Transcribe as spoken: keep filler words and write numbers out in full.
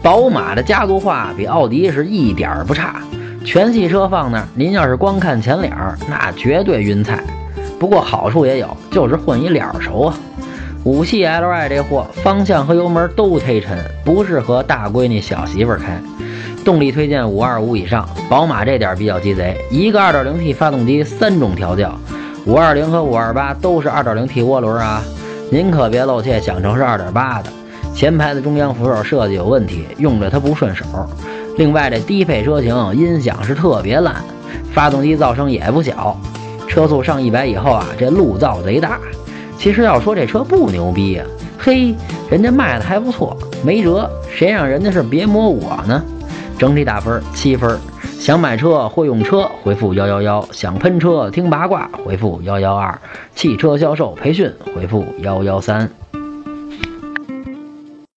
宝马的家族化比奥迪是一点儿不差，全系车放那儿，您要是光看前脸儿，那绝对晕菜。不过好处也有，就是混一脸熟啊。五系 L I 这货方向和油门都忒沉，不适合大闺女小媳妇开。动力推荐五二五以上，宝马这点比较鸡贼，一个 二点零 T 发动机三种调教，五二零和五二八都是 二点零 T 涡轮啊，您可别露怯想成是 二点八的。前排的中央扶手设计有问题，用着它不顺手。另外这低配车型音响是特别烂，发动机噪声也不小，车速上一百以后啊，这路噪贼大。其实要说这车不牛逼啊，嘿，人家卖的还不错，没辙，谁让人家是别摸我呢？整体打分七分。想买车会用车回复幺幺幺，想喷车听八卦回复幺幺二，汽车销售培训回复幺幺三。